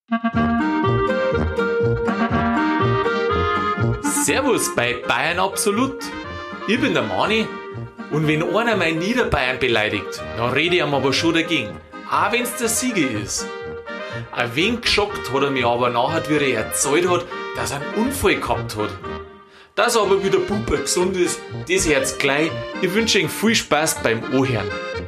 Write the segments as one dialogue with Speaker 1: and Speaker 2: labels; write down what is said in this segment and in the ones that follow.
Speaker 1: Servus bei Bayern Absolut. Ich bin der Mani und wenn einer mein Niederbayern beleidigt, dann rede ich ihm aber schon dagegen. Auch wenn es der Sieger ist. Ein wenig geschockt hat er mich aber nachher, wie er erzählt hat, dass er einen Unfall gehabt hat. Dass er aber wieder Puppe gesund ist, das Herz gleich. Ich wünsche Ihnen viel Spaß beim Ohren.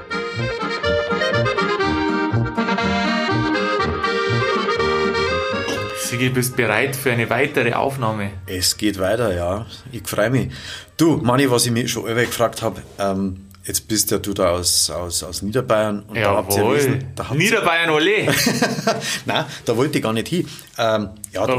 Speaker 1: Sigi, bist bereit für eine weitere Aufnahme?
Speaker 2: Es geht weiter, ja. Ich freue mich. Du, Manni, was ich mich schon immer gefragt habe, jetzt bist ja du da aus Niederbayern. Und
Speaker 1: jawohl, Niederbayern ole.
Speaker 2: Nein, da wollte ich gar nicht hin.
Speaker 1: Hey,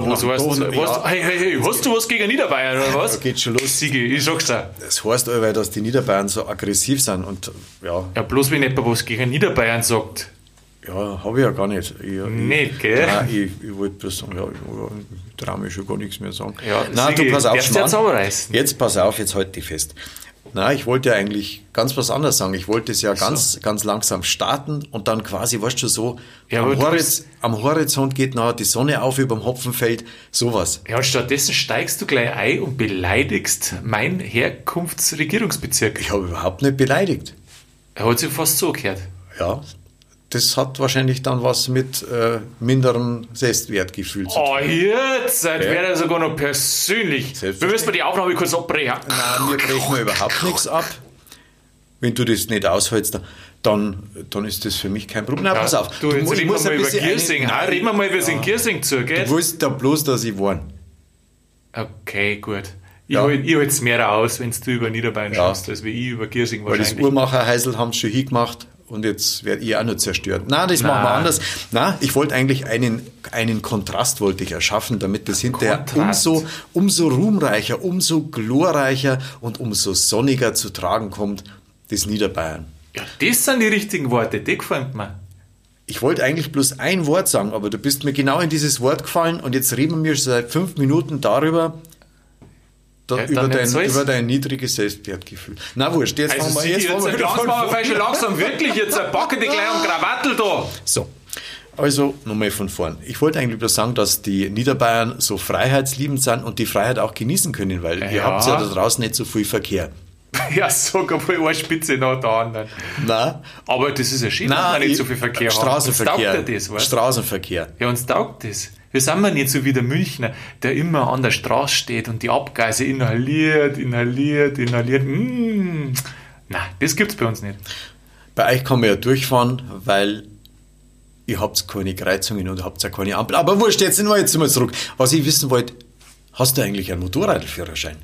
Speaker 1: hast du was gegen Niederbayern oder was?
Speaker 2: Da geht schon los.
Speaker 1: Sigi, ich sag's dir.
Speaker 2: Das heißt allweil, dass die Niederbayern so aggressiv sind und ja.
Speaker 1: Ja, bloß wenn jemand was gegen Niederbayern sagt.
Speaker 2: Ja, habe ich ja gar nicht.
Speaker 1: Nicht, gell?
Speaker 2: Nein, ich wollte bloß sagen, ich traue mich schon gar nichts mehr sagen.
Speaker 1: Ja,
Speaker 2: nein,
Speaker 1: Sigi,
Speaker 2: du pass auf,
Speaker 1: jetzt
Speaker 2: pass auf, jetzt halt dich fest. Nein, ich wollte ja eigentlich ganz was anderes sagen. Ich wollte es ja ganz langsam starten und dann quasi, weißt du, so
Speaker 1: ja,
Speaker 2: am Horizont geht nachher die Sonne auf über dem Hopfenfeld, sowas.
Speaker 1: Ja, und stattdessen steigst du gleich ein und beleidigst meinen Herkunftsregierungsbezirk.
Speaker 2: Ich habe überhaupt nicht beleidigt.
Speaker 1: Er hat sich fast so gehört.
Speaker 2: Ja, das hat wahrscheinlich dann was mit minderem Selbstwertgefühl zu tun.
Speaker 1: Oh, jetzt wäre er sogar noch persönlich. Wir müssen die Aufnahme kurz abbrechen.
Speaker 2: Nein, wir brechen überhaupt nichts ab. Wenn du das nicht aushältst, dann ist das für mich kein Problem. Nein, pass auf.
Speaker 1: Du, jetzt reden wir mal über Giersing. Reden wir mal, wie es in Giersing zugeht.
Speaker 2: Du willst da bloß, dass ich warne.
Speaker 1: Okay, gut. Ich halte es mehr aus, wenn du über Niederbayern schaust, als wie ich über Giersing wahrscheinlich.
Speaker 2: Weil das Uhrmacherheisel haben es schon hingemacht. Und jetzt werde ich auch noch zerstört. Nein, das machen wir anders. Nein, ich wollte eigentlich einen Kontrast wollte ich erschaffen, damit das hinterher umso ruhmreicher, umso glorreicher und umso sonniger zu tragen kommt, das Niederbayern.
Speaker 1: Ja, das sind die richtigen Worte, die gefallen mir.
Speaker 2: Ich wollte eigentlich bloß ein Wort sagen, aber du bist mir genau in dieses Wort gefallen und jetzt reden wir schon seit 5 Minuten darüber, über dein niedriges Selbstwertgefühl. Na wurscht, jetzt fangen wir
Speaker 1: langsam wirklich, jetzt packe die gleich am Krawattel da.
Speaker 2: So, also nochmal von vorn. Ich wollte eigentlich bloß sagen, dass die Niederbayern so freiheitsliebend sind und die Freiheit auch genießen können, weil ihr habt ja da draußen nicht so viel Verkehr.
Speaker 1: Ja, sag einmal eine Spitze nach der anderen.
Speaker 2: Nein.
Speaker 1: Aber das ist ja schön, dass wir nicht so viel Verkehr
Speaker 2: Straßenverkehr.
Speaker 1: Haben. Uns taugt das, weißt?
Speaker 2: Straßenverkehr.
Speaker 1: Ja, uns taugt das. Wir sind mal nicht so wie der Münchner, der immer an der Straße steht und die Abgase inhaliert. Nein, das gibt's bei uns nicht.
Speaker 2: Bei euch kann man ja durchfahren, weil ihr habt keine Kreuzungen und habt ja keine Ampel. Aber wurscht, jetzt mal zurück. Was ich wissen wollte, hast du eigentlich einen Motorradführerschein?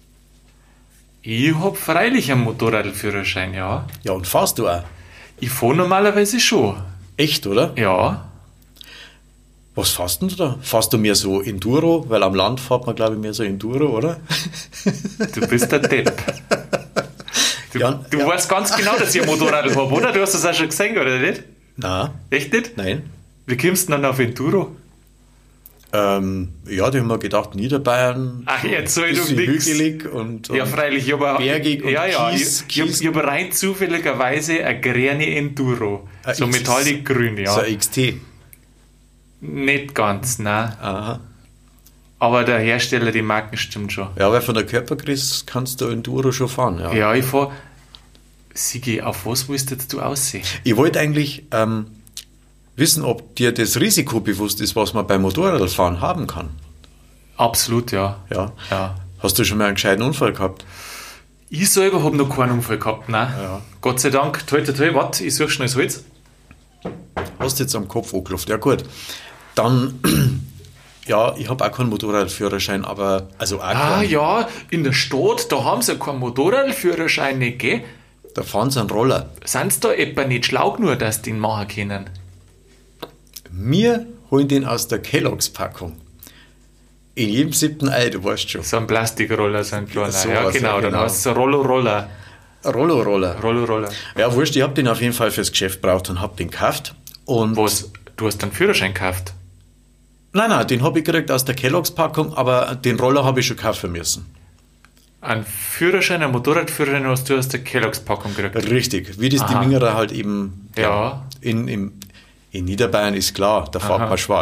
Speaker 1: Ich hab freilich einen Motorradführerschein, ja.
Speaker 2: Ja, und fahrst du auch?
Speaker 1: Ich fahre normalerweise schon.
Speaker 2: Echt, oder?
Speaker 1: Ja.
Speaker 2: Was fährst du da? Fährst du mehr so Enduro? Weil am Land fährt man, glaube ich, mehr so Enduro, oder?
Speaker 1: Du bist der Depp. Du weißt ganz genau, dass ich ein Motorrad habe, oder? Du hast das auch schon gesehen, oder nicht?
Speaker 2: Nein.
Speaker 1: Echt nicht?
Speaker 2: Nein.
Speaker 1: Wie kommst du denn dann auf Enduro?
Speaker 2: Ja, die haben mir gedacht, Niederbayern.
Speaker 1: Ach, jetzt soll ich
Speaker 2: hügelig und
Speaker 1: ja, freilich, aber
Speaker 2: bergig und Kies.
Speaker 1: Ich habe rein zufälligerweise eine grüne Enduro. So metallic grün, ja.
Speaker 2: So ein XT.
Speaker 1: Nicht ganz, nein.
Speaker 2: Aha.
Speaker 1: Aber der Hersteller, die Marken stimmt schon.
Speaker 2: Ja, weil von der Körpergröße kannst du Enduro schon fahren. Ja,
Speaker 1: ja, ich fahre. Sigi, auf was willst jetzt du aussehen?
Speaker 2: Ich wollte eigentlich wissen, ob dir das Risiko bewusst ist, was man beim Motorradfahren haben kann.
Speaker 1: Absolut, ja.
Speaker 2: Ja. Hast du schon mal einen gescheiten Unfall gehabt?
Speaker 1: Ich selber habe noch keinen Unfall gehabt, nein.
Speaker 2: Ja.
Speaker 1: Gott sei Dank. Toi, warte, ich suche schnell das Holz.
Speaker 2: Hast du jetzt am Kopf angeklopft? Ja gut. Dann, ja, ich habe auch keinen Motorradführerschein, aber, also auch keinen.
Speaker 1: Ja, in der Stadt, da haben sie keinen Motorradführerschein nicht, gell?
Speaker 2: Da fahren sie einen Roller.
Speaker 1: Sind sie da etwa nicht schlau nur, dass die ihn machen können?
Speaker 2: Wir holen den aus der Kelloggs-Packung. In jedem 7. Ei, du weißt schon.
Speaker 1: So ein Plastikroller, so ein kleiner.
Speaker 2: So
Speaker 1: ja, genau, dann hast du Rollo-Roller.
Speaker 2: Rollo-Roller. Ja, wurscht, ich habe den auf jeden Fall fürs Geschäft gebraucht und habe den gekauft. Und
Speaker 1: was? Du hast einen Führerschein gekauft?
Speaker 2: Nein, den habe ich gekriegt aus der Kelloggs-Packung, aber den Roller habe ich schon kaufen müssen.
Speaker 1: Ein Führerschein, ein Motorradführerschein hast du aus der Kelloggs-Packung gekriegt?
Speaker 2: Richtig, wie das die Mingerer halt eben...
Speaker 1: Ja.
Speaker 2: In Niederbayern ist klar, da fährt man schwarz.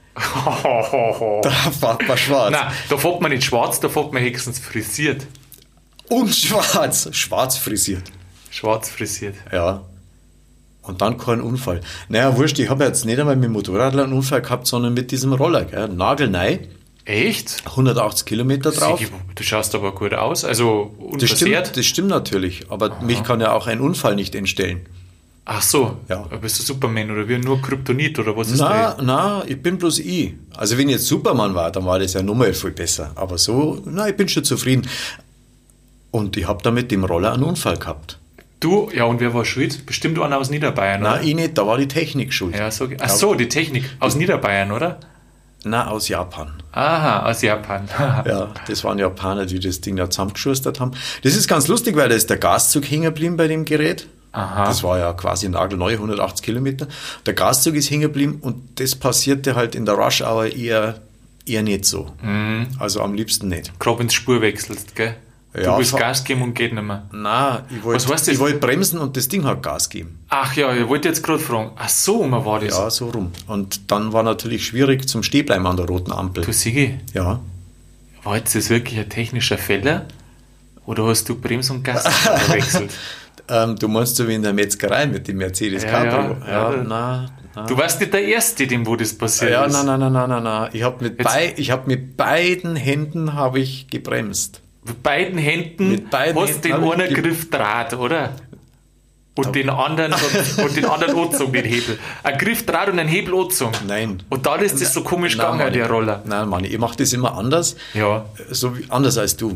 Speaker 2: Da fährt man schwarz.
Speaker 1: Nein, da fährt man nicht schwarz, da fährt man höchstens frisiert.
Speaker 2: Und schwarz. Schwarz frisiert.
Speaker 1: Schwarz frisiert.
Speaker 2: Ja. Und dann kein Unfall. Naja, wurscht, ich habe jetzt nicht einmal mit dem Motorrad einen Unfall gehabt, sondern mit diesem Roller. Gell? Nagelneu.
Speaker 1: Echt?
Speaker 2: 180 Kilometer drauf.
Speaker 1: Sigi, du schaust aber gut aus. Also unversehrt.
Speaker 2: Das stimmt natürlich. Aber mich kann ja auch ein Unfall nicht entstellen.
Speaker 1: Ach so.
Speaker 2: Ja.
Speaker 1: Bist du Superman oder wie nur Kryptonit oder was ist das?
Speaker 2: Na, ich bin bloß ich. Also wenn ich jetzt Superman war, dann war das ja nochmal viel besser. Aber so, ich bin schon zufrieden. Und ich habe da mit dem Roller einen Unfall gehabt.
Speaker 1: Du? Ja, und wer war schuld? Bestimmt einer aus Niederbayern, oder?
Speaker 2: Nein, ich nicht, da war die Technik schuld.
Speaker 1: Ja, so, ach so, die Technik. Aus Niederbayern, oder?
Speaker 2: Na, aus Japan.
Speaker 1: Aha, aus Japan.
Speaker 2: Ja, das waren Japaner, die das Ding da zusammengeschustert haben. Das ist ganz lustig, weil da ist der Gaszug hängen geblieben bei dem Gerät.
Speaker 1: Aha.
Speaker 2: Das war ja quasi nagelneu, 180 Kilometer. Der Gaszug ist hängen geblieben und das passierte halt in der Rush Hour eher nicht so.
Speaker 1: Mhm.
Speaker 2: Also am liebsten nicht.
Speaker 1: Gerade wenn du Spur wechselst, gell? Du
Speaker 2: Ja,
Speaker 1: willst Gas geben und geht nicht mehr.
Speaker 2: Nein, ich
Speaker 1: Was heißt das?
Speaker 2: wollte bremsen und das Ding hat Gas gegeben.
Speaker 1: Ach ja, ich wollte jetzt gerade fragen. Ach so, man war das.
Speaker 2: Ja, so rum. Und dann war natürlich schwierig zum Stehenbleiben an der roten Ampel.
Speaker 1: Du Sigi,
Speaker 2: Ja.
Speaker 1: war jetzt das wirklich ein technischer Fehler? Oder hast du Brems und Gas gewechselt?
Speaker 2: Du meinst so wie in der Metzgerei mit dem Mercedes Cabrio.
Speaker 1: ja.
Speaker 2: Nein.
Speaker 1: Du warst nicht der Erste, dem wo das passiert
Speaker 2: Ja,
Speaker 1: ist.
Speaker 2: nein. Ich habe mit beiden Händen habe ich gebremst.
Speaker 1: Mit beiden Händen
Speaker 2: Mit beiden
Speaker 1: hast
Speaker 2: Händen
Speaker 1: den
Speaker 2: hab ich
Speaker 1: einen Griff Draht, oder? Und den anderen angezogen, den Hebel. Ein Griff Draht und ein Hebel angezogen.
Speaker 2: Nein.
Speaker 1: Und dann ist das so komisch
Speaker 2: Nein,
Speaker 1: gegangen,
Speaker 2: Manni.
Speaker 1: der Roller.
Speaker 2: Nein, Mann, ich mache das immer anders.
Speaker 1: Ja.
Speaker 2: So anders als du.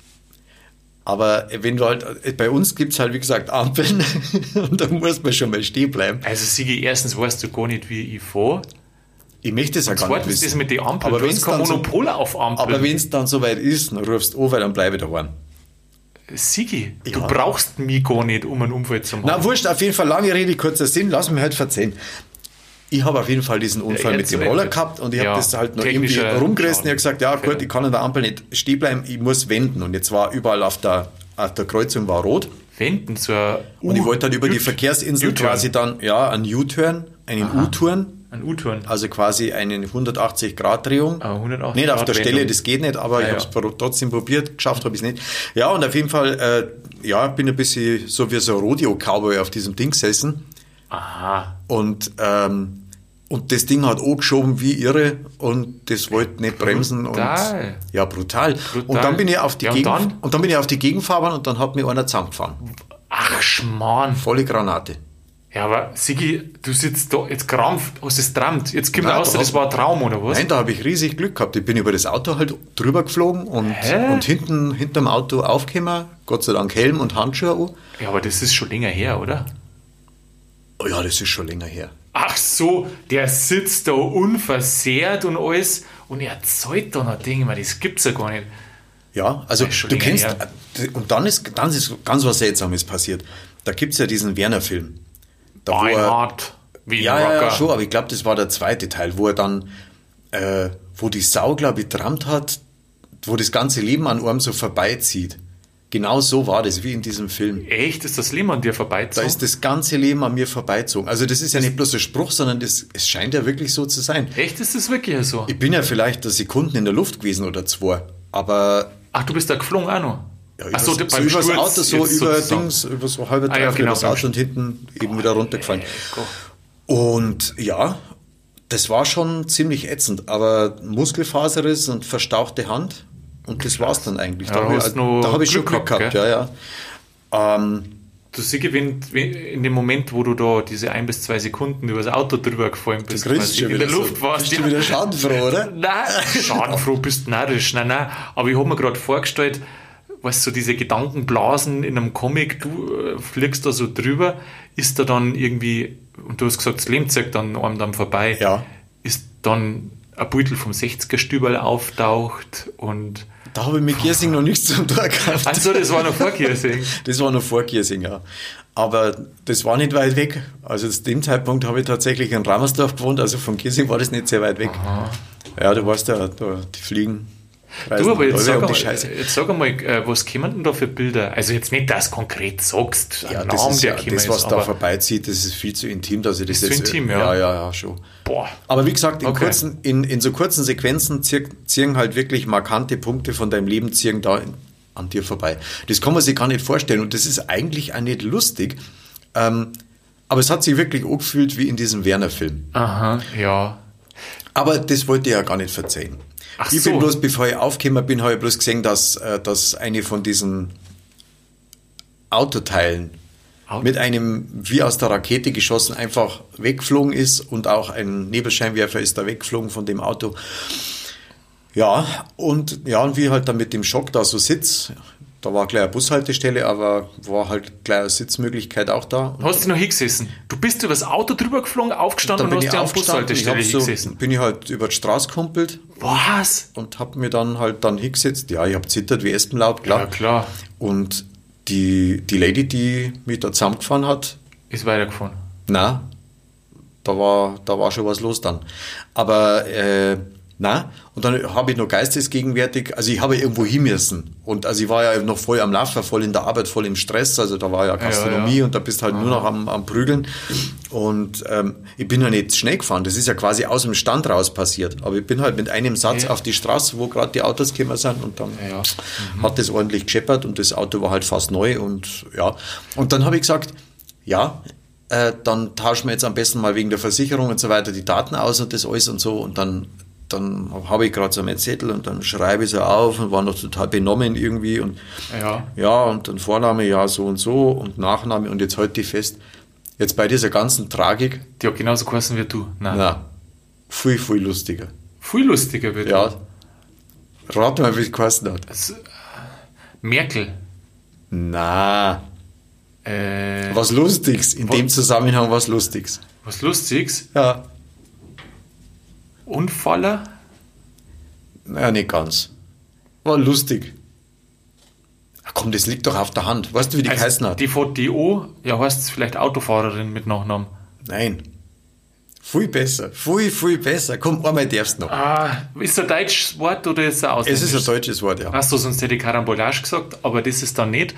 Speaker 2: Aber wenn du halt, bei uns gibt es halt, wie gesagt, Ampeln und da muss man schon mal stehen bleiben.
Speaker 1: Also Sigi, erstens weißt du gar nicht, wie ich fahre.
Speaker 2: Ich möchte es ja gar nicht
Speaker 1: Zweitens
Speaker 2: wissen.
Speaker 1: das mit den Ampeln.
Speaker 2: Aber
Speaker 1: Du
Speaker 2: wenn's
Speaker 1: hast kein
Speaker 2: dann so-
Speaker 1: Monopol auf Ampeln.
Speaker 2: Aber wenn es dann soweit ist, dann rufst du an, weil dann bleibe ich daheim.
Speaker 1: Sigi, du
Speaker 2: Ja.
Speaker 1: brauchst mich gar nicht, um einen Unfall zu machen.
Speaker 2: Na, wurscht, auf jeden Fall, lange Rede, kurzer Sinn, lass mich halt verzeihen. Ich habe auf jeden Fall diesen Unfall
Speaker 1: Ja,
Speaker 2: mit dem
Speaker 1: jetzt
Speaker 2: Roller
Speaker 1: wird-
Speaker 2: gehabt und ich
Speaker 1: ja,
Speaker 2: habe das halt noch irgendwie
Speaker 1: technischer
Speaker 2: rumgerissen.
Speaker 1: Schaden.
Speaker 2: Ich habe gesagt, ja gut,
Speaker 1: Okay.
Speaker 2: ich kann an der Ampel nicht stehen bleiben, ich muss wenden. Und jetzt war überall auf der Kreuzung war rot.
Speaker 1: Wenden, so ein
Speaker 2: Und ich wollte dann über die
Speaker 1: U-Turn.
Speaker 2: Verkehrsinsel quasi dann, einen U-Turn, einen U-Turn,
Speaker 1: Ein U-Turn.
Speaker 2: also quasi eine 180-Grad-Drehung.
Speaker 1: 180
Speaker 2: Nicht auf der
Speaker 1: Grad
Speaker 2: Stelle,
Speaker 1: Wendung.
Speaker 2: das geht nicht, aber ich
Speaker 1: ja.
Speaker 2: habe es trotzdem probiert, geschafft habe ich es nicht. Ja, und auf jeden Fall, bin ein bisschen so wie so ein Rodeo-Cowboy auf diesem Ding gesessen.
Speaker 1: Aha.
Speaker 2: Und das Ding hat angeschoben wie irre und das wollte nicht bremsen.
Speaker 1: Brutal.
Speaker 2: Und, ja, brutal. Und dann bin ich auf die
Speaker 1: Ja, und dann?
Speaker 2: bin ich auf die Gegenfahrbahn und dann hat mir einer zusammengefahren.
Speaker 1: Ach, Schmarrn.
Speaker 2: Volle Granate.
Speaker 1: Ja, aber Sigi, du sitzt da, jetzt krampft, hast es trammt. Jetzt kommt
Speaker 2: Nein,
Speaker 1: raus,
Speaker 2: da
Speaker 1: das
Speaker 2: hab-
Speaker 1: war ein Traum, oder was?
Speaker 2: Nein, da habe ich riesig Glück gehabt. Ich bin über das Auto halt drüber geflogen und hinterm Auto aufgekommen. Gott sei Dank Helm und Handschuhe an.
Speaker 1: Ja, aber das ist schon länger her, oder?
Speaker 2: Oh ja, das ist schon länger her.
Speaker 1: Ach so, der sitzt da unversehrt und alles und er zahlt da noch Dinge, man, das gibt's ja gar nicht.
Speaker 2: Ja, also
Speaker 1: Das ist schon
Speaker 2: du
Speaker 1: länger
Speaker 2: kennst,
Speaker 1: her.
Speaker 2: und dann ist ganz was Seltsames passiert. Da gibt es ja diesen Werner-Film. Da wo er-
Speaker 1: Beinhard, wie ein
Speaker 2: Ja,
Speaker 1: Rocker.
Speaker 2: schon, aber ich glaube, das war der zweite Teil, wo er dann, wo die Sau, glaube ich, trammt hat, wo das ganze Leben an einem so vorbeizieht. Genau so war das, wie in diesem Film.
Speaker 1: Echt, ist das Leben an dir
Speaker 2: Da
Speaker 1: vorbeizogen?
Speaker 2: ist das ganze Leben an mir vorbeizogen. Also das ist ja nicht bloß ein Spruch, sondern es scheint ja wirklich so zu sein.
Speaker 1: Echt, ist das wirklich so?
Speaker 2: Ich bin ja vielleicht 1 Sekunden in der Luft gewesen oder 2, aber
Speaker 1: Ach, du bist da geflogen auch noch?
Speaker 2: ja,
Speaker 1: Ach so,
Speaker 2: so
Speaker 1: beim
Speaker 2: übers
Speaker 1: Sturz
Speaker 2: Auto, so
Speaker 1: jetzt
Speaker 2: über
Speaker 1: sozusagen.
Speaker 2: Dings, über so halbe
Speaker 1: Ah, ja,
Speaker 2: Dreiviertel
Speaker 1: genau,
Speaker 2: das
Speaker 1: beim
Speaker 2: Auto und hinten eben wieder runtergefallen.
Speaker 1: Gott.
Speaker 2: Und ja, das war schon ziemlich ätzend, aber Muskelfaserriss und verstauchte Hand und das war's dann eigentlich.
Speaker 1: Ja, hast noch
Speaker 2: Da habe ich schon
Speaker 1: Glück
Speaker 2: Glück
Speaker 1: gehabt,
Speaker 2: gehabt, ja.
Speaker 1: Du siehst, wenn in dem Moment, wo du da diese 1 bis 2 Sekunden über das Auto drüber gefallen bist,
Speaker 2: Grinst schon
Speaker 1: in der
Speaker 2: wieder
Speaker 1: Luft
Speaker 2: so.
Speaker 1: warst,
Speaker 2: Bist du wieder schadenfroh, oder?
Speaker 1: Nein, schadenfroh bist du narrisch. Nein. Aber ich habe mir gerade vorgestellt, weißt du, so diese Gedankenblasen in einem Comic, du fliegst da so drüber, ist da dann irgendwie, und du hast gesagt, das Leben zeigt dann einem dann vorbei,
Speaker 2: Ja.
Speaker 1: ist dann ein Beutel vom 60er-Stüberl auftaucht und
Speaker 2: Da habe ich mit Giersing noch nichts zum Tun gehabt.
Speaker 1: also das war noch vor Giersing.
Speaker 2: Das war noch vor Giersing, ja. Aber das war nicht weit weg. Also zu dem Zeitpunkt habe ich tatsächlich in Rammersdorf gewohnt, also von Giersing war das nicht sehr weit weg.
Speaker 1: Aha.
Speaker 2: Ja, du weißt ja, da, die fliegen.
Speaker 1: Du, aber jetzt sag,
Speaker 2: um die
Speaker 1: einmal,
Speaker 2: Scheiße.
Speaker 1: jetzt sag einmal, was kommen denn da für Bilder? Also jetzt nicht, dass du konkret sagst,
Speaker 2: Ja,
Speaker 1: einen
Speaker 2: das
Speaker 1: Namen,
Speaker 2: ist
Speaker 1: der
Speaker 2: ja,
Speaker 1: gekommen
Speaker 2: das, was
Speaker 1: ist,
Speaker 2: da
Speaker 1: aber
Speaker 2: vorbeizieht, das ist viel zu intim, dass ich das
Speaker 1: ist zu
Speaker 2: jetzt...
Speaker 1: intim, ja.
Speaker 2: Ja, schon.
Speaker 1: boah.
Speaker 2: Aber wie gesagt,
Speaker 1: Okay.
Speaker 2: in so kurzen Sequenzen ziehen halt wirklich markante Punkte von deinem Leben ziehen da an dir vorbei. Das kann man sich gar nicht vorstellen und das ist eigentlich auch nicht lustig. Aber es hat sich wirklich angefühlt wie in diesem Werner-Film.
Speaker 1: Aha, ja.
Speaker 2: Aber das wollte ich ja gar nicht verzeihen.
Speaker 1: Ach
Speaker 2: Ich
Speaker 1: so.
Speaker 2: bin bloß, bevor ich aufgekommen bin, habe ich bloß gesehen, dass eine von diesen Autoteilen mit einem wie aus der Rakete geschossen einfach weggeflogen ist und auch ein Nebelscheinwerfer ist da weggeflogen von dem Auto. Ja, und wie halt dann mit dem Schock da so sitzt, da war gleich eine Bushaltestelle, aber war halt gleich eine Sitzmöglichkeit auch da.
Speaker 1: Hast du noch hingesessen? Du bist über das Auto drüber geflogen, aufgestanden und hast dich an der Bushaltestelle hingesessen.
Speaker 2: Bin ich halt über die Straße gehumpelt
Speaker 1: Was?
Speaker 2: und habe mir dann halt hingesetzt. Ja, ich habe zittert wie Espenlaub, klar.
Speaker 1: Ja, klar.
Speaker 2: Und die Lady, die mich da zusammengefahren hat,
Speaker 1: Ist weitergefahren.
Speaker 2: na, da war schon was los dann. Aber na, und dann habe ich noch geistesgegenwärtig, also ich habe irgendwo hin müssen. Und also ich war ja noch voll am Laufen, voll in der Arbeit, voll im Stress. Also da war ja Gastronomie und da bist halt nur noch am Prügeln. Und ich bin ja nicht schnell gefahren. Das ist ja quasi aus dem Stand raus passiert. Aber ich bin halt mit einem Satz auf die Straße, wo gerade die Autos gekommen sind und dann hat das ordentlich gescheppert und das Auto war halt fast neu und ja. Und dann habe ich gesagt, ja, dann tauschen wir jetzt am besten mal wegen der Versicherung und so weiter die Daten aus und das alles und so und dann habe ich gerade so meinen Zettel und dann schreibe ich so auf und war noch total benommen irgendwie und und dann Vorname ja so und Nachname und jetzt halte ich fest, jetzt bei dieser ganzen Tragik.
Speaker 1: Die hat genauso geheißen wie du.
Speaker 2: Nein, viel, viel lustiger.
Speaker 1: Viel lustiger wird.
Speaker 2: Ja, rat mal, wie es geheißen hat.
Speaker 1: Merkel.
Speaker 2: Na, was Lustiges, in dem Zusammenhang was Lustiges.
Speaker 1: Was Lustiges?
Speaker 2: Ja.
Speaker 1: Unfaller?
Speaker 2: Naja, nicht ganz. War lustig. Ach komm, das liegt doch auf der Hand. Weißt du, wie die geheißen hat?
Speaker 1: Die VDO, ja, heißt es vielleicht Autofahrerin mit Nachnamen.
Speaker 2: Nein. Viel besser. Viel besser. Komm, einmal darfst du noch.
Speaker 1: Ist ein deutsches Wort oder ist es ein
Speaker 2: Es
Speaker 1: ausländisches?
Speaker 2: ist ein deutsches Wort, ja.
Speaker 1: Achso, sonst hätte ich Karambolage gesagt, aber das ist dann nicht.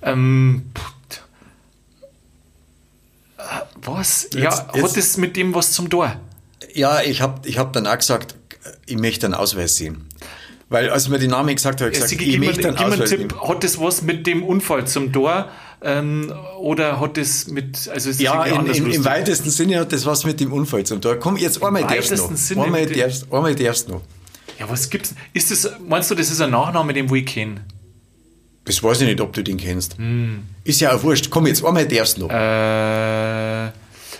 Speaker 1: Was? Hat das mit dem was zum Tor?
Speaker 2: Ja, ich hab dann auch gesagt, ich möchte einen Ausweis sehen. Weil als mir die Namen gesagt habe, habe ich gesagt, ich möchte einen Ausweis sehen.
Speaker 1: Hat das was mit dem Unfall zum Tor oder hat das mit... Also ist das
Speaker 2: Ja,
Speaker 1: anders
Speaker 2: im weitesten Sinne hat das was mit dem Unfall zum Tor. Komm, jetzt einmal darfst du noch. Einmal darfst du noch.
Speaker 1: Ja, was gibt's? Meinst du, das ist ein Nachname, den ich kenne?
Speaker 2: Das weiß ich nicht, ob du den kennst. Ist ja auch wurscht. Komm, jetzt einmal darfst du noch.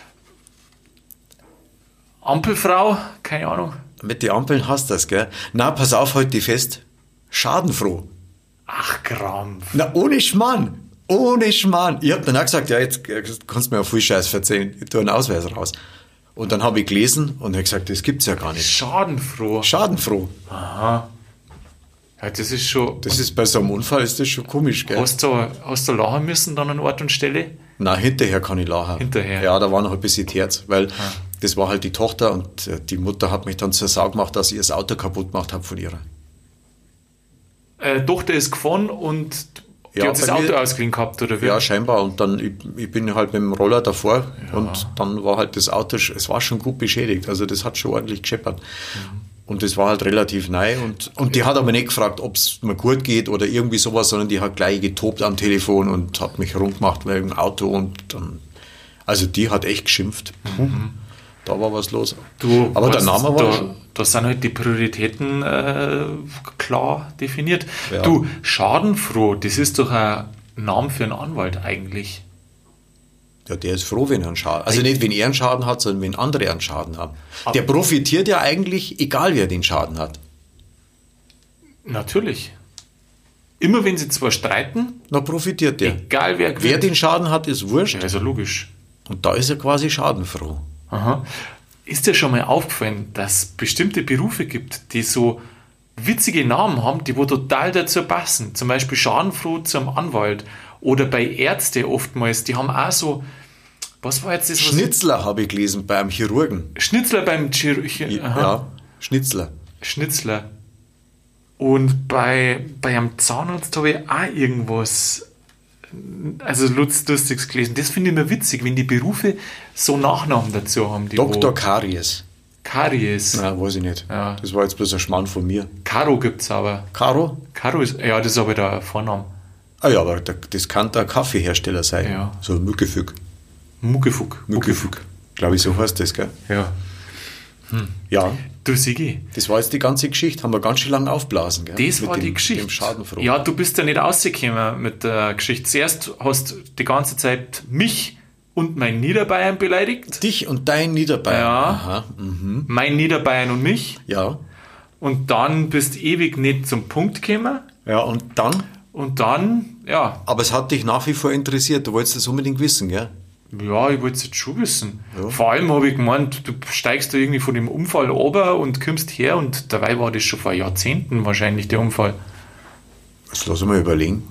Speaker 1: Ampelfrau? Keine Ahnung.
Speaker 2: Mit den Ampeln hast du das, gell? Na, pass auf, halt die fest. Schadenfroh.
Speaker 1: Ach, Krampf.
Speaker 2: Na, ohne Schmarrn. Ohne Schmarrn. Ich hab dann auch gesagt, ja, jetzt kannst du mir ja viel Scheiß erzählen. Ich tue einen Ausweis raus. Und dann habe ich gelesen und habe gesagt, das gibt's ja gar nicht.
Speaker 1: Schadenfroh.
Speaker 2: Schadenfroh.
Speaker 1: Aha. Ja, das ist schon...
Speaker 2: Das ist bei so einem Unfall ist das schon komisch, gell?
Speaker 1: Hast du lachen müssen dann an Ort und Stelle?
Speaker 2: Nein, hinterher kann ich lachen.
Speaker 1: Hinterher?
Speaker 2: Ja, da war noch ein bisschen Herz, weil das war halt die Tochter und die Mutter hat mich dann zur Sau gemacht, dass ich das Auto kaputt gemacht habe von ihrer.
Speaker 1: Tochter ist gefahren und die hat das
Speaker 2: bei mir-
Speaker 1: Auto ausgeliehen gehabt, oder wie?
Speaker 2: Ja, scheinbar. Und dann, ich bin halt mit dem Roller davor und dann war halt das Auto, es war schon gut beschädigt. Also das hat schon ordentlich gescheppert. Und das war halt relativ neu. Und die hat aber nicht gefragt, ob es mir gut geht oder irgendwie sowas, sondern die hat gleich getobt am Telefon und hat mich rumgemacht wegen dem Auto und dann, also die hat echt geschimpft. Da war was los. Aber der Name war schon.
Speaker 1: Da sind halt die Prioritäten klar definiert.
Speaker 2: Ja.
Speaker 1: Du, Schadenfroh, das ist doch ein Name für einen Anwalt eigentlich.
Speaker 2: Ja, der ist froh, wenn er einen Schaden, also nicht, wenn er einen Schaden hat, sondern wenn andere einen Schaden haben. Der profitiert ja eigentlich, egal wer den Schaden hat.
Speaker 1: Natürlich. Immer wenn sie zwar streiten,
Speaker 2: Na, profitiert der.
Speaker 1: egal wer gewinnt.
Speaker 2: Wer den Schaden hat, ist wurscht.
Speaker 1: Ja, ist ja logisch.
Speaker 2: Und da ist er quasi schadenfroh.
Speaker 1: Aha. Ist dir schon mal aufgefallen, dass es bestimmte Berufe gibt, die so witzige Namen haben, die wo total dazu passen? Zum Beispiel Schadenfroh zum Anwalt. Oder bei Ärzte oftmals, die haben auch so, was war jetzt das?
Speaker 2: Schnitzler habe ich gelesen bei einem Chirurgen.
Speaker 1: Schnitzler beim Chirurgen.
Speaker 2: Ja, Schnitzler.
Speaker 1: Schnitzler. Und bei einem Zahnarzt habe ich auch irgendwas, also Lustiges gelesen. Das finde ich immer witzig, wenn die Berufe so Nachnamen dazu haben. Die
Speaker 2: Dr. Karies.
Speaker 1: Karies.
Speaker 2: Nein, weiß ich nicht.
Speaker 1: Ja.
Speaker 2: Das war jetzt bloß ein Schmarrn von mir.
Speaker 1: Karo gibt es aber.
Speaker 2: Karo?
Speaker 1: Karo ist, ja, das ist aber der Vorname.
Speaker 2: Ah ja, aber das kann der Kaffeehersteller sein.
Speaker 1: Ja.
Speaker 2: So Mückefück.
Speaker 1: Muckefuck.
Speaker 2: Glaube ich, so heißt das, gell?
Speaker 1: Ja.
Speaker 2: Ja.
Speaker 1: Du Sigi.
Speaker 2: Das war jetzt die ganze Geschichte. Haben wir ganz schön lange aufblasen, gell?
Speaker 1: Das war die Geschichte.
Speaker 2: Dem Schadenfroh.
Speaker 1: Ja, du bist ja nicht rausgekommen mit der Geschichte. Zuerst hast du die ganze Zeit mich und mein Niederbayern beleidigt.
Speaker 2: Dich und dein Niederbayern.
Speaker 1: Ja.
Speaker 2: Aha. Mhm.
Speaker 1: Mein Niederbayern und mich.
Speaker 2: Ja.
Speaker 1: Und dann bist ewig nicht zum Punkt gekommen.
Speaker 2: Ja, und dann?
Speaker 1: Und dann, ja.
Speaker 2: Aber es hat dich nach wie vor interessiert. Du wolltest das unbedingt wissen, gell?
Speaker 1: Ja, ich wollte es jetzt schon wissen.
Speaker 2: Ja.
Speaker 1: Vor allem habe ich gemeint, du steigst da irgendwie von dem Unfall runter und kommst her und dabei war das schon vor Jahrzehnten wahrscheinlich der Unfall.
Speaker 2: Jetzt lass mal überlegen.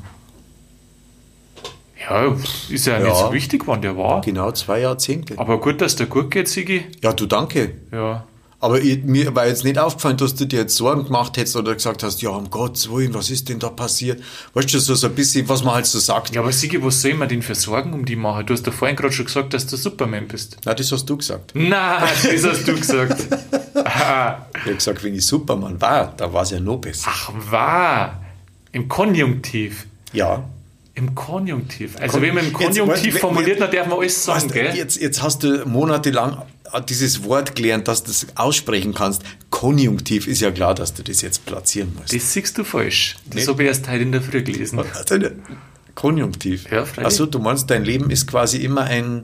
Speaker 1: Ja, ist ja nicht so wichtig, wann der war.
Speaker 2: Genau 2 Jahrzehnte.
Speaker 1: Aber gut, dass der gut geht, Sigi.
Speaker 2: Ja, du danke.
Speaker 1: Ja.
Speaker 2: Aber mir war jetzt nicht aufgefallen, dass du dir jetzt Sorgen gemacht hättest oder gesagt hast, ja, um Gottes Willen, was ist denn da passiert? Weißt du, so ein bisschen, was man halt so sagt.
Speaker 1: Ja, aber Sigi, was soll man denn für Sorgen um die machen? Du hast doch vorhin gerade schon gesagt, dass du Superman bist.
Speaker 2: Nein, das hast du gesagt.
Speaker 1: Nein, das hast du gesagt.
Speaker 2: Ich habe gesagt, wenn ich Superman war, da war es ja noch besser.
Speaker 1: Ach, wahr. Im Konjunktiv.
Speaker 2: Ja.
Speaker 1: Im Konjunktiv. Also wenn man im Konjunktiv formuliert, dann darf man alles sagen, gell?
Speaker 2: Jetzt hast du monatelang dieses Wort gelernt, dass du das aussprechen kannst. Konjunktiv ist ja klar, dass du das jetzt platzieren musst.
Speaker 1: Das siehst du falsch. Das
Speaker 2: Nee.
Speaker 1: habe ich erst heute in der Früh gelesen.
Speaker 2: Also, Konjunktiv.
Speaker 1: Ja, freilich.
Speaker 2: Achso, du meinst, dein Leben ist quasi immer ein...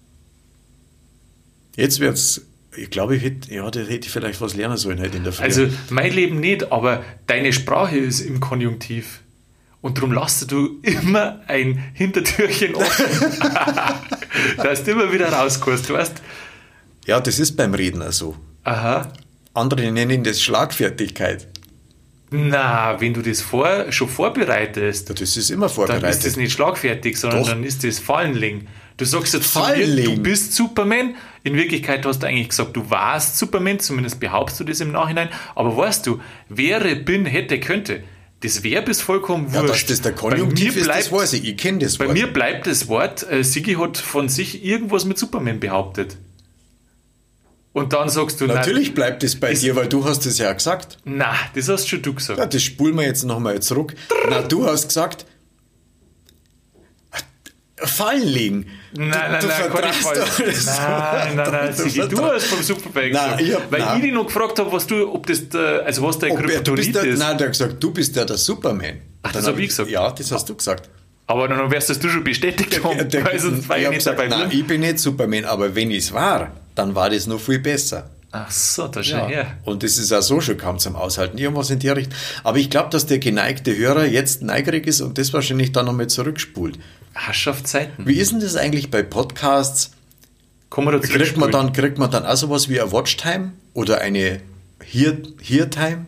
Speaker 2: Jetzt wird's... Ich glaube, da hätte ich vielleicht was lernen sollen heute in der Früh.
Speaker 1: Also mein Leben nicht, aber deine Sprache ist im Konjunktiv. Und darum lässt du immer ein Hintertürchen offen. Dass du immer wieder rauskommst, weißt du?
Speaker 2: Ja, das ist beim Reden auch so.
Speaker 1: Aha.
Speaker 2: Andere nennen das Schlagfertigkeit.
Speaker 1: Na, wenn du das schon vorbereitest,
Speaker 2: Ja, das ist immer
Speaker 1: dann
Speaker 2: vorbereitet.
Speaker 1: ist das nicht schlagfertig, sondern
Speaker 2: Doch.
Speaker 1: dann ist das Fallenling. Du sagst jetzt zu mir,
Speaker 2: Fallenling?
Speaker 1: du bist Superman. In Wirklichkeit hast du eigentlich gesagt, du warst Superman, zumindest behauptest du das im Nachhinein. Aber weißt du, wäre, bin, hätte, könnte. Das Verb ist vollkommen
Speaker 2: Ja,
Speaker 1: wurscht.
Speaker 2: dass das der Konjunktiv ist, das weiß ich. Ich kenne das
Speaker 1: Bei
Speaker 2: Wort.
Speaker 1: mir bleibt das Wort, Sigi hat von sich irgendwas mit Superman behauptet. Und dann sagst du,
Speaker 2: Natürlich bleibt es bei
Speaker 1: ist-
Speaker 2: dir, weil du hast es ja gesagt.
Speaker 1: na, das hast schon du gesagt.
Speaker 2: Ja, das spulen wir jetzt nochmal zurück. Na, du hast gesagt, fallen legen.
Speaker 1: Nein,
Speaker 2: du
Speaker 1: keine
Speaker 2: verdrehst
Speaker 1: Fall.
Speaker 2: alles.
Speaker 1: Nein, Sigi, du hast vom Superman
Speaker 2: Nein,
Speaker 1: gesagt.
Speaker 2: ich hab-
Speaker 1: weil
Speaker 2: nein.
Speaker 1: ich dich noch gefragt habe, was dein
Speaker 2: Du bist
Speaker 1: Kryptonit
Speaker 2: der,
Speaker 1: ist.
Speaker 2: nein, der hat gesagt, du bist der Superman.
Speaker 1: Ach,
Speaker 2: Dann
Speaker 1: das hab ich gesagt?
Speaker 2: Ja, das hast du gesagt.
Speaker 1: Aber dann wirst du schon bestätigt haben, weil sonst war
Speaker 2: ich
Speaker 1: ich
Speaker 2: hab
Speaker 1: nicht
Speaker 2: gesagt,
Speaker 1: dabei.
Speaker 2: nein,
Speaker 1: drin.
Speaker 2: ich bin nicht Superman, aber wenn ich es war, dann war das noch viel besser.
Speaker 1: Ach so, da schau her.
Speaker 2: Und das ist auch so schon kaum zum Aushalten. Irgendwas in die Richtung. Aber ich glaube, dass der geneigte Hörer jetzt neugierig ist und das wahrscheinlich dann nochmal zurückspult.
Speaker 1: Herrschaftszeiten.
Speaker 2: Wie ist denn das eigentlich bei Podcasts?
Speaker 1: Kommen wir dazu?
Speaker 2: Kriegt man dann auch sowas wie eine Watchtime oder eine Hear-Time?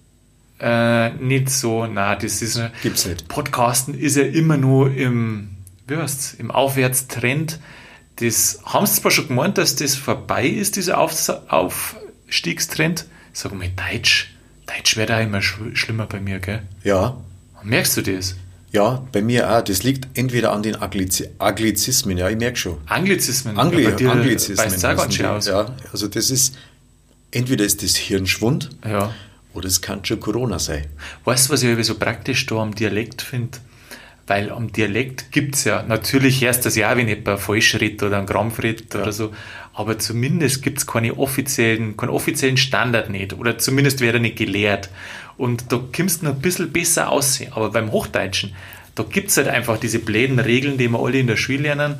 Speaker 1: Nicht so, nein, das ist
Speaker 2: Gibt's nicht.
Speaker 1: Podcasten ist ja immer nur im Aufwärtstrend. Das haben sie zwar schon gemeint, dass das vorbei ist, dieser Aufstiegstrend. Sag mal, Deutsch wird auch immer schlimmer bei mir, gell?
Speaker 2: Ja.
Speaker 1: Merkst du das?
Speaker 2: Ja, bei mir auch. Das liegt entweder an den Anglizismen, ja, ich merke schon.
Speaker 1: Anglizismen.
Speaker 2: Anglizismen.
Speaker 1: Ja, bei dir
Speaker 2: Anglizismen
Speaker 1: weißt du auch ganz
Speaker 2: heißen
Speaker 1: schön
Speaker 2: die.
Speaker 1: aus.
Speaker 2: Ja, also das ist, entweder ist das Hirnschwund
Speaker 1: Ja.
Speaker 2: oder es kann schon Corona sein.
Speaker 1: Weißt du, was ich irgendwie so praktisch da am Dialekt finde? Weil am Dialekt gibt es ja, natürlich hörst du das ja auch, wenn jemand falsch redet oder einen Krampf redet oder so, aber zumindest gibt es keinen offiziellen Standard nicht oder zumindest wird er nicht gelehrt. Und da kommst du noch ein bisschen besser aussehen. Aber beim Hochdeutschen, da gibt es halt einfach diese bläden Regeln, die wir alle in der Schule lernen.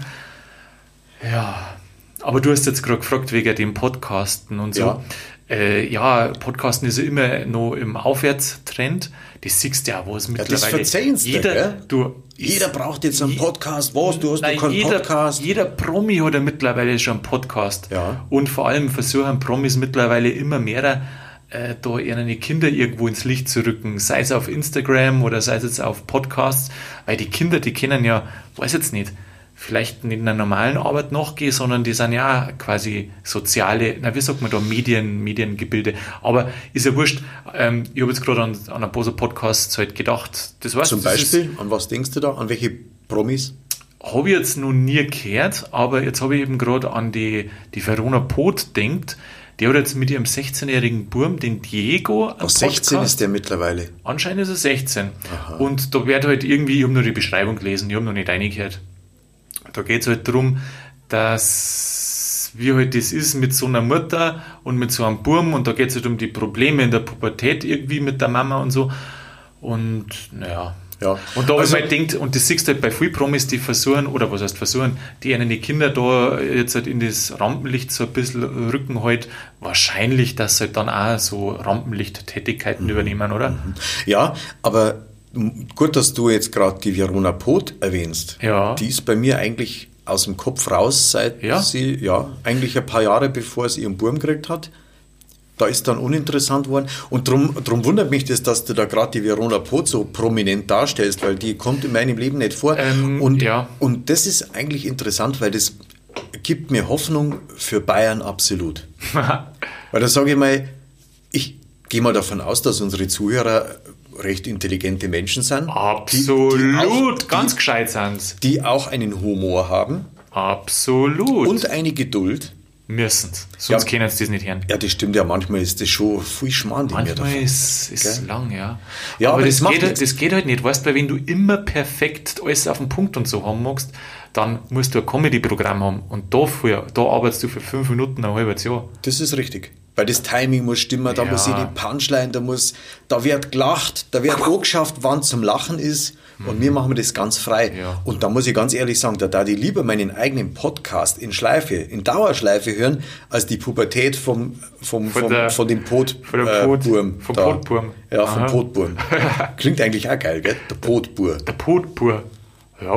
Speaker 1: Ja, aber du hast jetzt gerade gefragt wegen dem Podcasten und so. Ja, Podcasten ist ja immer noch im Aufwärtstrend. Das siehst du ja, wo es
Speaker 2: Ja,
Speaker 1: mittlerweile...
Speaker 2: das verzeihen's dir, gell?
Speaker 1: Jeder
Speaker 2: braucht jetzt einen Podcast. Was? Du hast
Speaker 1: Nein,
Speaker 2: doch keinen Podcast.
Speaker 1: jeder Promi hat ja mittlerweile schon einen Podcast.
Speaker 2: Ja.
Speaker 1: Und vor allem versuchen Promis mittlerweile immer mehr, da ihre Kinder irgendwo ins Licht zu rücken. Sei es auf Instagram oder sei es jetzt auf Podcasts. Weil die Kinder, die kennen ja, weiß jetzt nicht, vielleicht nicht einer normalen Arbeit nachgehe, sondern die sind ja quasi soziale, wie sagt man da, Mediengebilde. Aber ist ja wurscht. Ich habe jetzt gerade an ein paar so Podcasts halt gedacht. Das heißt,
Speaker 2: Zum Beispiel, an was denkst du da? An welche Promis?
Speaker 1: Habe ich jetzt noch nie gehört, aber jetzt habe ich eben gerade an die Verona Poth denkt. Die hat jetzt mit ihrem 16-jährigen Burm, den Diego,
Speaker 2: Was 16 ist der mittlerweile?
Speaker 1: Anscheinend ist er 16.
Speaker 2: Aha.
Speaker 1: Und da wird halt irgendwie, ich habe nur die Beschreibung gelesen, ich habe noch nicht reingehört. Da geht es halt darum, dass wie halt das ist mit so einer Mutter und mit so einem Burm, und da geht es halt um die Probleme in der Pubertät irgendwie mit der Mama und so. Und naja.
Speaker 2: Ja.
Speaker 1: Und da habe ich mir gedacht, und das siehst du halt bei vielen Promis, die versuchen, oder was heißt versuchen, die einen die Kinder da jetzt halt in das Rampenlicht so ein bisschen rücken halt, wahrscheinlich, dass sie halt dann auch so Rampenlicht-Tätigkeiten übernehmen, oder?
Speaker 2: Ja, aber gut, dass du jetzt gerade die Verona Poth erwähnst.
Speaker 1: Ja.
Speaker 2: Die ist bei mir eigentlich aus dem Kopf raus, seit sie, eigentlich ein paar Jahre bevor sie ihren Burm gekriegt hat. Da ist dann uninteressant worden. Und drum wundert mich das, dass du da gerade die Verona Poth so prominent darstellst, weil die kommt in meinem Leben nicht vor. Und das ist eigentlich interessant, weil das gibt mir Hoffnung für Bayern absolut. Weil da sage ich mal, ich gehe mal davon aus, dass unsere Zuhörer recht intelligente Menschen sind.
Speaker 1: Absolut, ganz gescheit sind.
Speaker 2: Die auch einen Humor haben.
Speaker 1: Absolut.
Speaker 2: Und eine Geduld.
Speaker 1: Müssen. Sonst können sie das nicht hören.
Speaker 2: Ja, das stimmt ja. Manchmal ist das schon viel Schmarrn.
Speaker 1: Manchmal ist es lang, ja.
Speaker 2: Ja,
Speaker 1: aber das geht halt nicht. Weißt du, weil wenn du immer perfekt alles auf den Punkt und so haben magst, dann musst du ein Comedy-Programm haben. Und da arbeitest du für 5 Minuten ein halbes Jahr.
Speaker 2: Das ist richtig. Weil das Timing muss stimmen, da muss die Punchline, da wird gelacht, da wird angeschafft, wann zum Lachen ist. Und wir machen das ganz frei.
Speaker 1: Ja.
Speaker 2: Und da muss ich ganz ehrlich sagen, da ich lieber meinen eigenen Podcast in Dauerschleife hören, als die Pubertät von dem Potburm.
Speaker 1: Vom Potburm.
Speaker 2: Ja, vom Potburm. Klingt eigentlich auch geil, gell? Der Potbur.
Speaker 1: Der Potbur. Ja.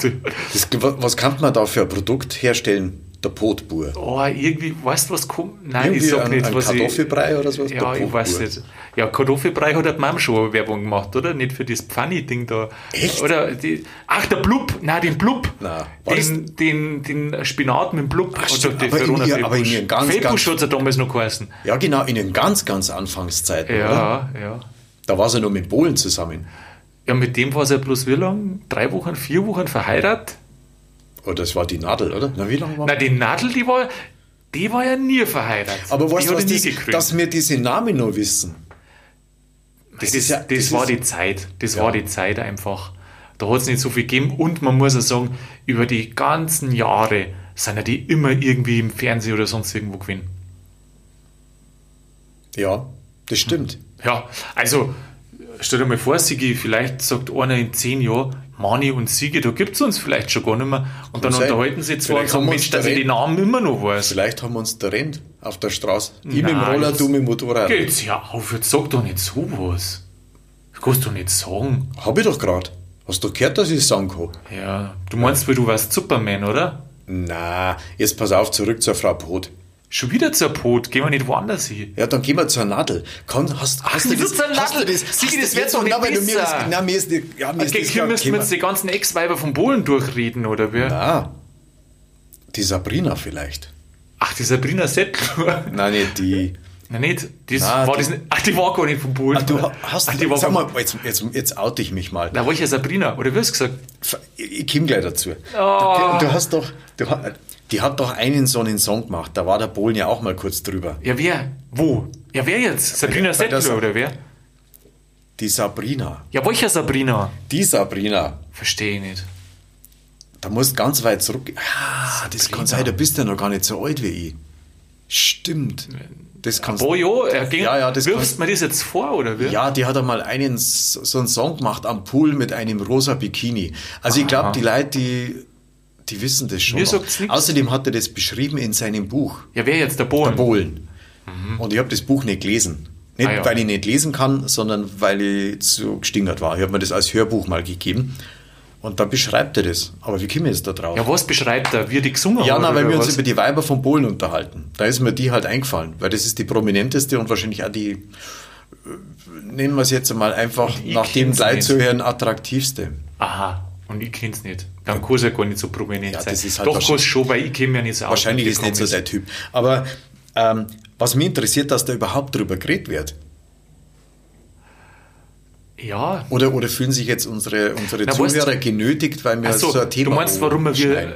Speaker 2: Was kann man da für ein Produkt herstellen? Der Potbur.
Speaker 1: Oh, irgendwie, weißt du, was kommt? Nein,
Speaker 2: irgendwie
Speaker 1: ich sag nicht,
Speaker 2: was Kartoffelbrei oder sowas?
Speaker 1: Ja, ich weiß nicht. Ja, Kartoffelbrei hat die Mom schon Werbung gemacht, oder? Nicht für das Pfanni-Ding da.
Speaker 2: Echt?
Speaker 1: Oder der Blub. Nein, den Blub.
Speaker 2: Nein.
Speaker 1: Den Spinat mit dem Blub.
Speaker 2: Ach, stimmt, aber in ihren
Speaker 1: Feldbusch hat es ja damals noch geheißen.
Speaker 2: Ja, genau, in den ganz, ganz Anfangszeiten,
Speaker 1: ja,
Speaker 2: oder?
Speaker 1: Ja.
Speaker 2: Da war sie noch mit Bohlen zusammen.
Speaker 1: Ja, mit dem war sie ja bloß wie lang? 3 Wochen, 4 Wochen verheiratet?
Speaker 2: Oh, das war die Nadel, oder? Na, wie lange war
Speaker 1: die Nadel, die war ja nie verheiratet.
Speaker 2: Aber weißt du, dass wir diese Namen noch wissen?
Speaker 1: Das war die Zeit. Das war die Zeit einfach. Da hat es nicht so viel gegeben. Und man muss ja sagen, über die ganzen Jahre sind ja die immer irgendwie im Fernsehen oder sonst irgendwo gewesen.
Speaker 2: Ja, das stimmt.
Speaker 1: Ja, also stell dir mal vor, Sigi, vielleicht sagt einer in 10 Jahren, Mani und Sigi, da gibt es uns vielleicht schon gar nicht mehr. Und dann unterhalten sie zwar und sagen, Mensch, dass ich die Namen immer noch weiß.
Speaker 2: Vielleicht haben wir uns da rennt auf der Straße. Ich mit dem Roller, du mit dem Motorrad.
Speaker 1: Geht's ja auf, jetzt sag doch nicht sowas. Das kannst du nicht sagen.
Speaker 2: Hab ich doch gerade. Hast du gehört, dass ich es sagen kann?
Speaker 1: Ja, du meinst, weil du warst Superman, oder?
Speaker 2: Na, jetzt pass auf, zurück zur Frau Poth.
Speaker 1: Schon wieder zur Pot, gehen wir nicht woanders hin.
Speaker 2: Ja, dann gehen wir zur Nadel. Hast du das?
Speaker 1: Sigi, das wird doch nicht besser.
Speaker 2: Nein, mir ist nicht... Ja, mir
Speaker 1: okay, hier müssen wir jetzt die ganzen Ex-Weiber vom Bohlen durchreden, oder wer?
Speaker 2: Na, die Sabrina vielleicht.
Speaker 1: Ach, die Sabrina Settler?
Speaker 2: Nein, nicht die...
Speaker 1: Nein, nicht. Die war gar nicht vom Bohlen.
Speaker 2: Sag mal, jetzt oute ich mich mal.
Speaker 1: Na, war ich ja Sabrina, oder wie hast du gesagt?
Speaker 2: Ich komme gleich dazu.
Speaker 1: Oh.
Speaker 2: Du hast doch... Die hat doch so einen Song gemacht, da war der Bohlen ja auch mal kurz drüber.
Speaker 1: Ja, wer? Wo? Ja, wer jetzt? Sabrina Settler oder wer?
Speaker 2: Die Sabrina.
Speaker 1: Ja, welcher Sabrina?
Speaker 2: Die Sabrina.
Speaker 1: Verstehe ich nicht.
Speaker 2: Da musst ganz weit zurück. Ah, das kann sein, du bist ja noch gar nicht so alt wie ich. Stimmt. Das kannst du.
Speaker 1: Wirfst mir das jetzt vor, oder wie?
Speaker 2: Ja, die hat einmal so einen Song gemacht am Pool mit einem rosa Bikini. Also ich glaube, die Leute, die wissen das schon. Außerdem hat er das beschrieben in seinem Buch.
Speaker 1: Ja, wer jetzt? Der Bohlen?
Speaker 2: Der Bohlen. Mhm. Und ich habe das Buch nicht gelesen. Nicht, weil ich nicht lesen kann, sondern weil ich zu gestingert war. Ich habe mir das als Hörbuch mal gegeben. Und da beschreibt er das. Aber wie kommen wir jetzt da drauf?
Speaker 1: Ja, was beschreibt er? Wie er die gesungen hat?
Speaker 2: Ja, weil wir uns über die Weiber von Bohlen unterhalten. Da ist mir die halt eingefallen. Weil das ist die prominenteste und wahrscheinlich auch die, nennen wir es jetzt einmal einfach, nach dem Leid zu hören, attraktivste.
Speaker 1: Aha. Und ich kenne es nicht. Dann kann es ja gar nicht so prominent sein.
Speaker 2: Das ist halt
Speaker 1: doch, kann es schon, weil ich kenne mich ja nicht so aus.
Speaker 2: Wahrscheinlich ist nicht so der Typ. Aber was mich interessiert, dass da überhaupt drüber geredet wird.
Speaker 1: Ja.
Speaker 2: Oder fühlen sich jetzt unsere Zuhörer genötigt, weil wir so ein Thema
Speaker 1: du meinst, warum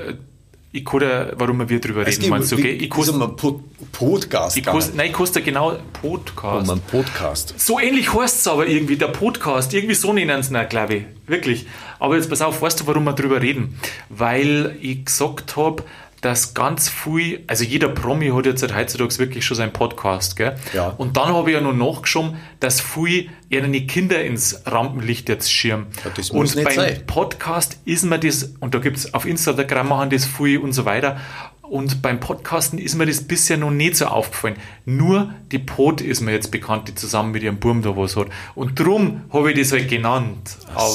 Speaker 1: wir drüber reden, meinst du, okay? Ich kann
Speaker 2: Podcast.
Speaker 1: Ich kann genau Podcast.
Speaker 2: Ein Podcast.
Speaker 1: So ähnlich heißt es aber irgendwie, der Podcast. Irgendwie so nennen sie ihn, glaube ich. Wirklich. Aber jetzt pass auf, weißt du, warum wir drüber reden? Weil ich gesagt habe, dass ganz viel, also jeder Promi hat jetzt heutzutage wirklich schon seinen Podcast, gell?
Speaker 2: Ja.
Speaker 1: Und dann habe ich ja noch nachgeschoben, dass viel ihre Kinder ins Rampenlicht jetzt schirmen.
Speaker 2: Ja, das muss
Speaker 1: und
Speaker 2: nicht
Speaker 1: beim
Speaker 2: sein.
Speaker 1: Podcast ist mir das, und da gibt es auf Instagram machen das viel und so weiter, und beim Podcasten ist mir das bisher noch nicht so aufgefallen. Nur die Pod ist mir jetzt bekannt, die zusammen mit ihrem Buben da was hat. Und darum habe ich das halt genannt.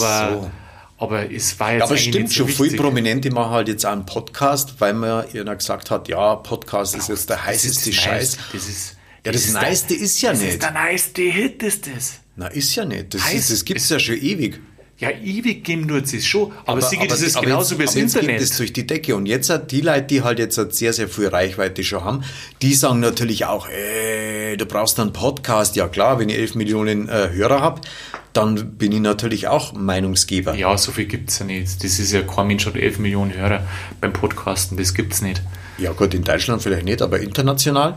Speaker 1: Aber es war jetzt
Speaker 2: aber
Speaker 1: eigentlich
Speaker 2: stimmt
Speaker 1: nicht so
Speaker 2: schon, viele Prominente machen halt jetzt auch einen Podcast, weil man ihnen gesagt hat, ja, Podcast ist jetzt der heißeste Scheiß. Das Neueste ist ja nicht.
Speaker 1: Das ist der neueste Hit, ist das.
Speaker 2: Na, ist ja nicht. Das gibt es ja schon ewig.
Speaker 1: Ja, ewig geben tut es schon. Aber das ist genauso wie das
Speaker 2: Internet.
Speaker 1: Internet.
Speaker 2: Jetzt geht es durch die Decke. Und jetzt hat die Leute, die halt jetzt sehr, sehr viel Reichweite schon haben, die sagen natürlich auch, du brauchst einen Podcast. Ja klar, wenn ich 11 Millionen Hörer habe, dann bin ich natürlich auch Meinungsgeber.
Speaker 1: Ja, so viel gibt es ja nicht. Das ist ja kein Mensch hat 11 Millionen Hörer beim Podcasten. Das gibt es nicht.
Speaker 2: Ja gut, in Deutschland vielleicht nicht, aber international?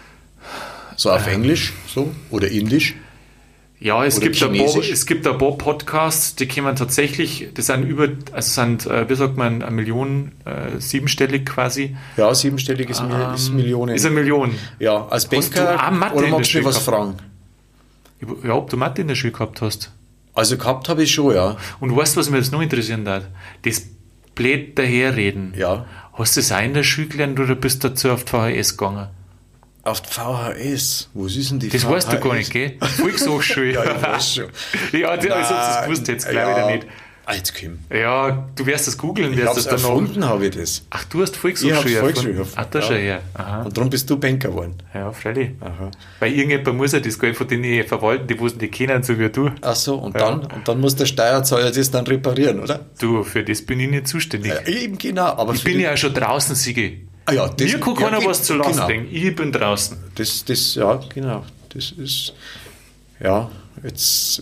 Speaker 2: So auf Englisch so oder Indisch?
Speaker 1: Ja, es gibt ein paar Podcasts, die kommen tatsächlich, das sind wie sagt man, eine Million, siebenstellig quasi.
Speaker 2: Ja, siebenstellig ist Millionen.
Speaker 1: Ist eine Million.
Speaker 2: Ja, als Banker, oder magst du mir was fragen?
Speaker 1: Ja, ob du Mathe in der Schule gehabt hast.
Speaker 2: Also gehabt habe ich schon, ja.
Speaker 1: Und weißt du, was mich jetzt noch interessieren darf? Das blöd daherreden.
Speaker 2: Ja.
Speaker 1: Hast du das auch in der Schule gelernt oder bist du dazu auf die VHS gegangen?
Speaker 2: Auf die VHS? Was ist denn die
Speaker 1: das
Speaker 2: VHS?
Speaker 1: Weißt du gar nicht, gell? Volkshochschule.
Speaker 2: Ja, ich weiß schon.
Speaker 1: Ja, also das gewusst jetzt, glaube ich, da nicht.
Speaker 2: Jetzt komm.
Speaker 1: Ja, du wirst das googeln.
Speaker 2: Ich hab's erfunden, habe ich das.
Speaker 1: Ach, du hast Volkshochschule
Speaker 2: erfunden.
Speaker 1: Ach, da schon her. Aha.
Speaker 2: Und darum bist du Banker geworden.
Speaker 1: Ja, freilich.
Speaker 2: Aha.
Speaker 1: Weil irgendjemand muss ja das Geld von denen verwalten, die kennen, so wie du.
Speaker 2: Ach so, und dann muss der Steuerzahler das dann reparieren, oder?
Speaker 1: Du, für das bin ich nicht zuständig.
Speaker 2: Ja, eben genau. Aber
Speaker 1: ich bin ja schon draußen, Sigi.
Speaker 2: Ah, ja,
Speaker 1: mir kann keiner was zu lassen denken. Ich bin draußen.
Speaker 2: Ja, genau. Das ist, ja, jetzt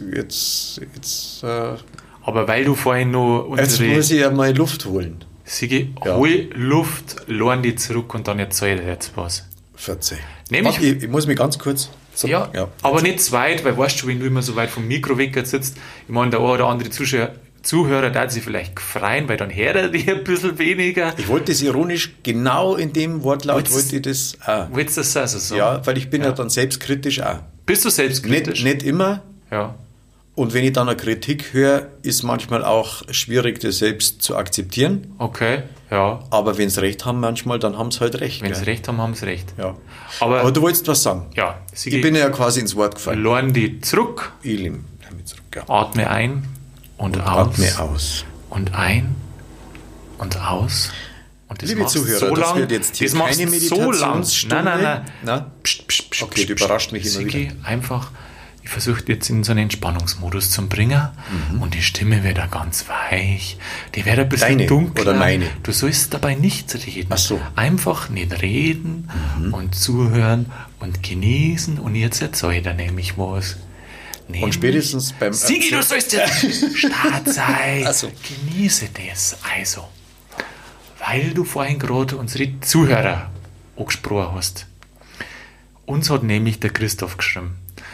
Speaker 1: aber weil du vorhin noch
Speaker 2: jetzt muss ich ja mal Luft holen.
Speaker 1: Sigi, hol Luft, lern die zurück und dann erzähl dir jetzt was.
Speaker 2: Verzeih.
Speaker 1: Nämlich,
Speaker 2: ich muss mich ganz kurz...
Speaker 1: Ja, aber nicht zu weit, weil weißt du, wenn du immer so weit vom Mikro weg sitzt, ich meine, der eine oder andere Zuhörer darf sich vielleicht freuen, weil dann hört er dich ein bisschen weniger.
Speaker 2: Ich wollte das ironisch, genau in dem Wortlaut wollte ich das auch.
Speaker 1: Willst du das also sagen?
Speaker 2: Ja, weil ich bin ja dann selbstkritisch auch.
Speaker 1: Bist du selbstkritisch?
Speaker 2: Nicht immer.
Speaker 1: Ja.
Speaker 2: Und wenn ich dann eine Kritik höre, ist manchmal auch schwierig, das selbst zu akzeptieren.
Speaker 1: Okay, ja.
Speaker 2: Aber wenn sie recht haben manchmal, dann haben sie halt recht.
Speaker 1: Wenn sie recht haben, haben sie recht.
Speaker 2: Ja. Aber du wolltest was sagen.
Speaker 1: Ja.
Speaker 2: Ich bin ja quasi ins Wort gefallen.
Speaker 1: Lern die zurück.
Speaker 2: Ich lerne mich zurück, ja.
Speaker 1: Atme ein und aus.
Speaker 2: Atme aus.
Speaker 1: Und ein und aus. Und das
Speaker 2: Liebe Zuhörer,
Speaker 1: so
Speaker 2: das
Speaker 1: lang,
Speaker 2: wird jetzt hier
Speaker 1: das
Speaker 2: keine Meditationsstunde.
Speaker 1: Nein.
Speaker 2: Na?
Speaker 1: Psst,
Speaker 2: okay, du überrascht mich immer wieder.
Speaker 1: Einfach, ich versuche jetzt in so einen Entspannungsmodus zu bringen und die Stimme wird da ganz weich. Die wird ein bisschen dunkler.
Speaker 2: Oder meine?
Speaker 1: Du sollst dabei nicht reden.
Speaker 2: Ach so.
Speaker 1: Einfach nicht reden und zuhören und genießen und jetzt erzähl dir nämlich was.
Speaker 2: Und spätestens beim
Speaker 1: Sigi, du sollst jetzt Start sein.
Speaker 2: Also.
Speaker 1: Genieße das. Also, weil du vorhin gerade unsere Zuhörer angesprochen hast. Uns hat nämlich der Christoph geschrieben.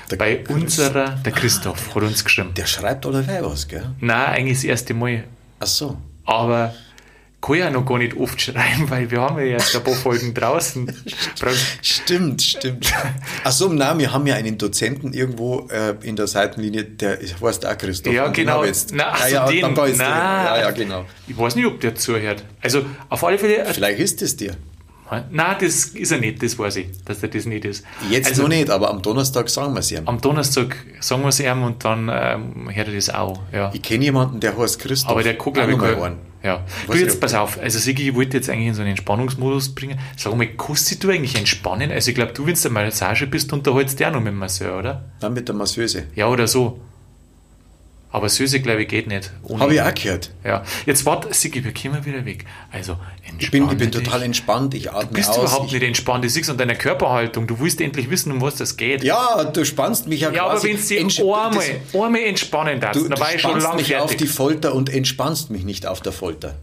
Speaker 1: Der Christoph hat uns geschrieben.
Speaker 2: Der schreibt allerweil was, gell?
Speaker 1: Nein, eigentlich das erste Mal.
Speaker 2: Ach so.
Speaker 1: Aber kann ja noch gar nicht oft schreiben, weil wir haben ja jetzt ein paar Folgen draußen.
Speaker 2: Stimmt. Ach so, nein, wir haben ja einen Dozenten irgendwo in der Seitenlinie, der heißt auch Christoph.
Speaker 1: Ja, genau.
Speaker 2: Ja, genau.
Speaker 1: Ich weiß nicht, ob der zuhört. Also, auf alle Fälle...
Speaker 2: Vielleicht ist es dir.
Speaker 1: Nein, das ist er nicht, das weiß ich, dass er das nicht ist.
Speaker 2: Jetzt
Speaker 1: also,
Speaker 2: noch nicht, aber am Donnerstag sagen wir es ihm.
Speaker 1: Am Donnerstag sagen wir es ihm und dann hört er das auch. Ja.
Speaker 2: Ich kenne jemanden, der heißt Christoph.
Speaker 1: Aber der guckt, glaube ich,
Speaker 2: mal.
Speaker 1: Ja. Du, jetzt pass auf, also Sigi, ich wollte jetzt eigentlich in so einen Entspannungsmodus bringen. Sag mal, kannst du eigentlich entspannen? Also ich glaube, du, wenn du eine Massage bist, unterhältst du auch noch mit dem Masseur, oder?
Speaker 2: Dann mit der Masseuse.
Speaker 1: Ja, oder so. Aber Süße, glaube ich, geht nicht.
Speaker 2: Habe ich auch gehört.
Speaker 1: Ja. Jetzt warte, Sigi, wir kommen wieder weg. Also,
Speaker 2: ich bin total entspannt, ich atme aus.
Speaker 1: Du bist überhaupt nicht entspannt. Ich sehe es an deiner Körperhaltung. Du willst endlich wissen, um was das geht.
Speaker 2: Ja, du spannst mich ja quasi.
Speaker 1: Ja, aber wenn du dich einmal entspannen darfst, dann war ich schon lange
Speaker 2: mich
Speaker 1: fertig.
Speaker 2: Auf die Folter und entspannst mich nicht auf der Folter.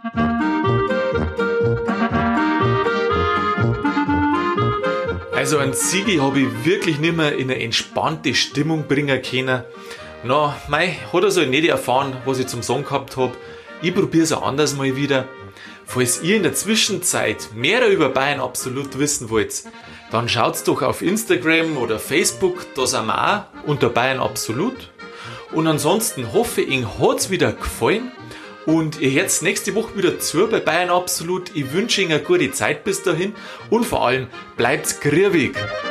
Speaker 1: Also einen Sigi habe ich wirklich nicht mehr in eine entspannte Stimmung bringen können. Na, hat er so nicht erfahren, was ich zum Sagen gehabt habe. Ich probiere es anders mal wieder. Falls ihr in der Zwischenzeit mehr über Bayern Absolut wissen wollt, dann schaut doch auf Instagram oder Facebook, da sind wir auch unter Bayern Absolut. Und ansonsten hoffe ich, Ihnen hat es wieder gefallen. Und ihr hört nächste Woche wieder zu bei Bayern Absolut. Ich wünsche Ihnen eine gute Zeit bis dahin und vor allem bleibt grübig.